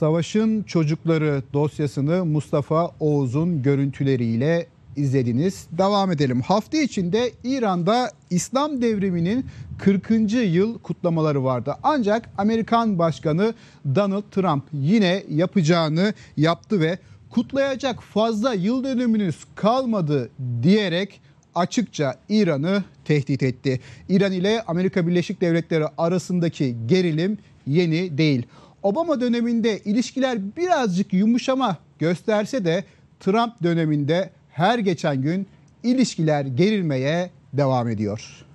Savaşın Çocukları dosyasını Mustafa Oğuz'un görüntüleriyle izlediniz. Devam edelim. Hafta içinde İran'da İslam devriminin 40. yıl kutlamaları vardı. Ancak Amerikan Başkanı Donald Trump yine yapacağını yaptı ve kutlayacak fazla yıl dönümünüz kalmadı diyerek açıkça İran'ı tehdit etti. İran ile Amerika Birleşik Devletleri arasındaki gerilim yeni değil. Obama döneminde ilişkiler birazcık yumuşama gösterse de Trump döneminde her geçen gün ilişkiler gerilmeye devam ediyor.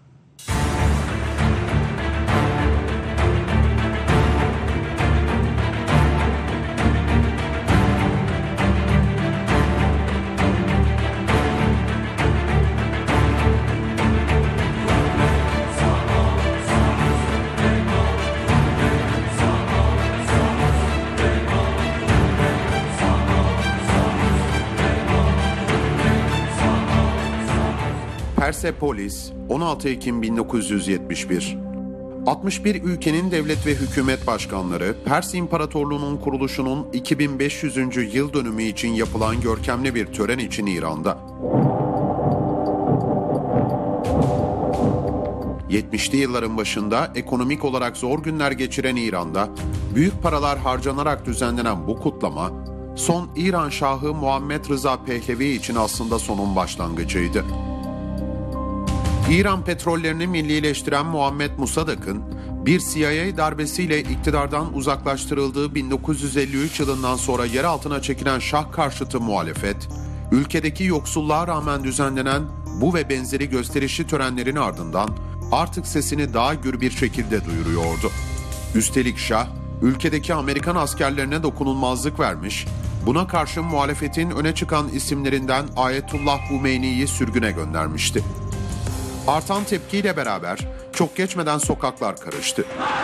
Persepolis, 16 Ekim 1971. 61 ülkenin devlet ve hükümet başkanları Pers İmparatorluğu'nun kuruluşunun 2500. yıl dönümü için yapılan görkemli bir tören için İran'da. 70'li yılların başında ekonomik olarak zor günler geçiren İran'da büyük paralar harcanarak düzenlenen bu kutlama, son İran Şahı Muhammed Rıza Pehlevi için aslında sonun başlangıcıydı. İran petrollerini millileştiren Muhammed Musaddak'ın bir CIA darbesiyle iktidardan uzaklaştırıldığı 1953 yılından sonra yer altına çekilen Şah karşıtı muhalefet, ülkedeki yoksulluğa rağmen düzenlenen bu ve benzeri gösterişli törenlerin ardından artık sesini daha gür bir şekilde duyuruyordu. Üstelik Şah, ülkedeki Amerikan askerlerine dokunulmazlık vermiş, buna karşın muhalefetin öne çıkan isimlerinden Ayetullah Humeyni'yi sürgüne göndermişti. Artan tepkiyle beraber çok geçmeden sokaklar karıştı.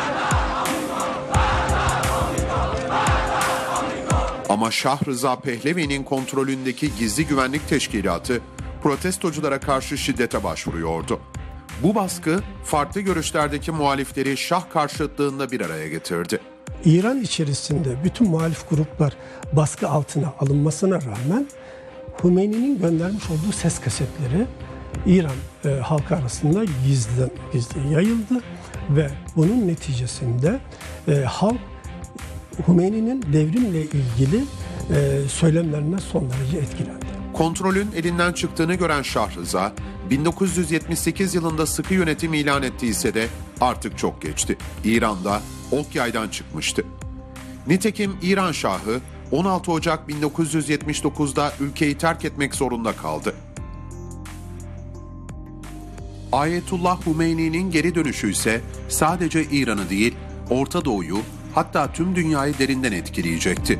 Ama Şah Rıza Pehlevi'nin kontrolündeki gizli güvenlik teşkilatı protestoculara karşı şiddete başvuruyordu. Bu baskı farklı görüşlerdeki muhalifleri Şah karşıtlığında bir araya getirdi. İran içerisinde bütün muhalif gruplar baskı altına alınmasına rağmen Hümeyni'nin göndermiş olduğu ses kasetleri İran halkı arasında gizli yayıldı ve bunun neticesinde halk Hümeyni'nin devrimle ilgili söylemlerine son derece etkilendi. Kontrolün elinden çıktığını gören Şah Rıza, 1978 yılında sıkı yönetim ilan ettiyse de artık çok geçti. İran'da ok yaydan çıkmıştı. Nitekim İran Şahı 16 Ocak 1979'da ülkeyi terk etmek zorunda kaldı. Ayetullah Humeyni'nin geri dönüşü ise sadece İran'ı değil, Orta Doğu'yu, hatta tüm dünyayı derinden etkileyecekti.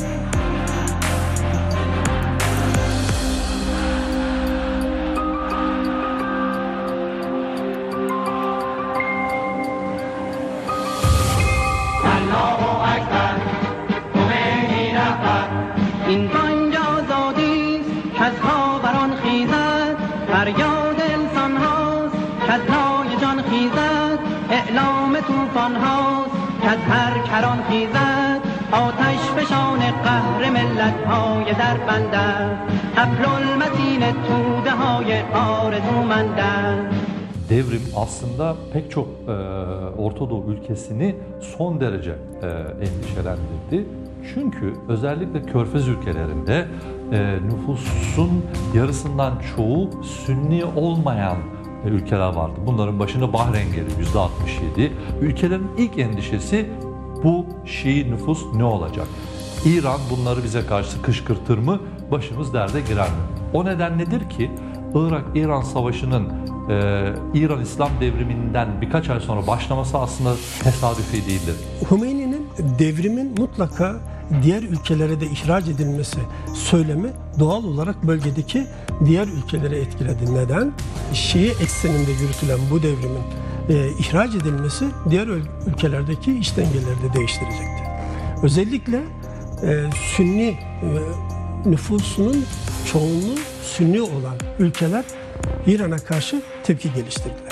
کران خیزد آتش فشان قهر ملت های در بندد حبل المتین توده های آرزومندد. Devrim aslında pek çok Orta Doğu ülkesini son derece endişelendirdi. Çünkü özellikle Körfez ülkelerinde nüfusun yarısından çoğu Sünni olmayan ülkeler vardı. Bunların başında Bahreyn gelir %67. Ülkelerin ilk endişesi bu Şii nüfus ne olacak? İran bunları bize karşı kışkırtır mı? Başımız derde girer mi? O nedenledir ki Irak-İran Savaşı'nın İran İslam devriminden birkaç ay sonra başlaması aslında tesadüfi değildir. Hümeyni'nin devrimin mutlaka diğer ülkelere de ihraç edilmesi söylemi doğal olarak bölgedeki diğer ülkelere etkiledi. Neden? Şii ekseninde yürütülen bu devrimin ihraç edilmesi diğer ülkelerdeki iş dengeleri de değiştirecekti. Özellikle Sünni nüfusunun çoğunluğu Sünni olan ülkeler İran'a karşı tepki geliştirdiler.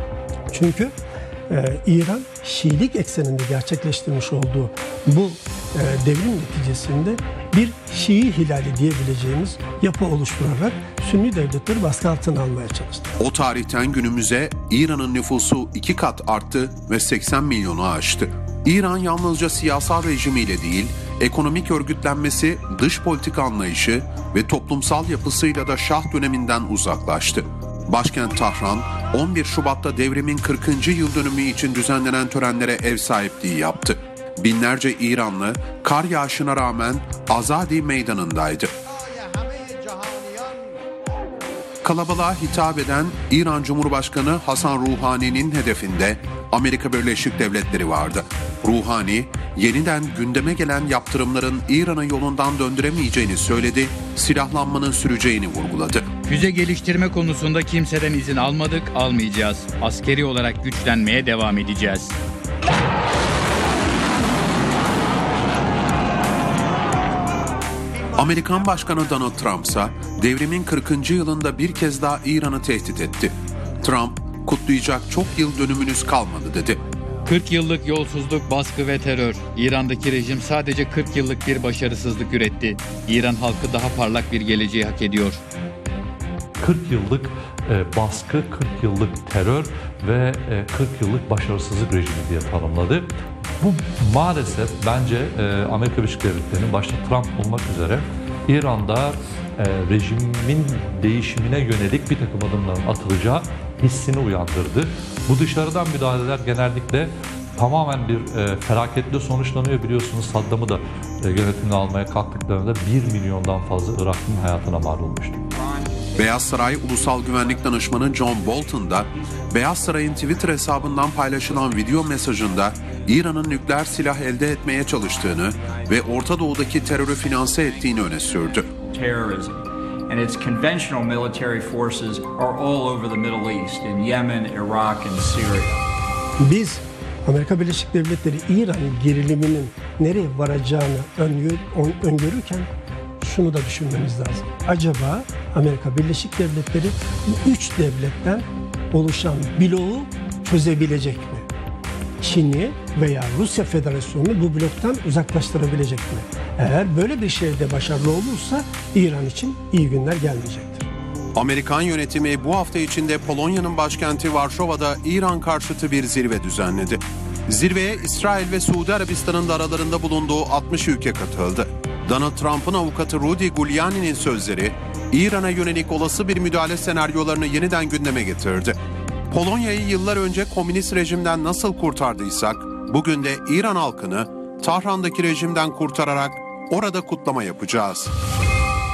Çünkü İran Şiilik ekseninde gerçekleştirmiş olduğu bu devrim neticesinde bir Şii hilali diyebileceğimiz yapı oluşturarak Sünni devletleri baskı altına almaya çalıştı. O tarihten günümüze İran'ın nüfusu 2 kat arttı ve 80 milyonu aştı. İran yalnızca siyasal rejimiyle değil, ekonomik örgütlenmesi, dış politika anlayışı ve toplumsal yapısıyla da Şah döneminden uzaklaştı. Başkent Tahran, 11 Şubat'ta devrimin 40. yıl dönümü için düzenlenen törenlere ev sahipliği yaptı. Binlerce İranlı kar yağışına rağmen Azadi Meydanı'ndaydı. Kalabalığa hitap eden İran Cumhurbaşkanı Hasan Ruhani'nin hedefinde Amerika Birleşik Devletleri vardı. Ruhani, yeniden gündeme gelen yaptırımların İran'ı yolundan döndüremeyeceğini söyledi, silahlanmanın süreceğini vurguladı. Füze geliştirme konusunda kimseden izin almadık, almayacağız. Askeri olarak güçlenmeye devam edeceğiz. Amerikan Başkanı Donald Trump ise devrimin 40. yılında bir kez daha İran'ı tehdit etti. Trump, kutlayacak çok yıl dönümünüz kalmadı dedi. 40 yıllık yolsuzluk, baskı ve terör. İran'daki rejim sadece 40 yıllık bir başarısızlık üretti. İran halkı daha parlak bir geleceği hak ediyor. 40 yıllık baskı, 40 yıllık terör ve 40 yıllık başarısızlık rejimi diye tanımladı. Bu maalesef bence Amerika Birleşik Devletleri'nin başta Trump olmak üzere İran'da rejimin değişimine yönelik bir takım adımların atılacağı hissini uyandırdı. Bu dışarıdan müdahaleler genellikle tamamen bir felaketle sonuçlanıyor. Biliyorsunuz Saddam'ı da yönetimine almaya kalktıklarında 1 milyondan fazla Iraklı'nın hayatına mal olmuştu. Beyaz Saray Ulusal Güvenlik Danışmanı John Bolton da Beyaz Saray'ın Twitter hesabından paylaşılan video mesajında İran'ın nükleer silah elde etmeye çalıştığını ve Orta Doğu'daki terörü finanse ettiğini öne sürdü. Terrorism and its conventional military forces are all over the Middle East, in Yemen, Iraq and Syria. Biz Amerika Birleşik Devletleri İran geriliminin nereye varacağını öngörürken şunu da düşünmemiz lazım. Acaba Amerika Birleşik Devletleri bu 3 devletten oluşan bloğu çözebilecek mi? Çin'i veya Rusya Federasyonu'nu bu bloktan uzaklaştırabilecek mi? Eğer böyle bir şeyde başarılı olursa İran için iyi günler gelmeyecektir. Amerikan yönetimi bu hafta içinde Polonya'nın başkenti Varşova'da İran karşıtı bir zirve düzenledi. Zirveye İsrail ve Suudi Arabistan'ın da aralarında bulunduğu 60 ülke katıldı. Donald Trump'ın avukatı Rudy Giuliani'nin sözleri İran'a yönelik olası bir müdahale senaryolarını yeniden gündeme getirdi. Polonya'yı yıllar önce komünist rejimden nasıl kurtardıysak, bugün de İran halkını Tahran'daki rejimden kurtararak orada kutlama yapacağız.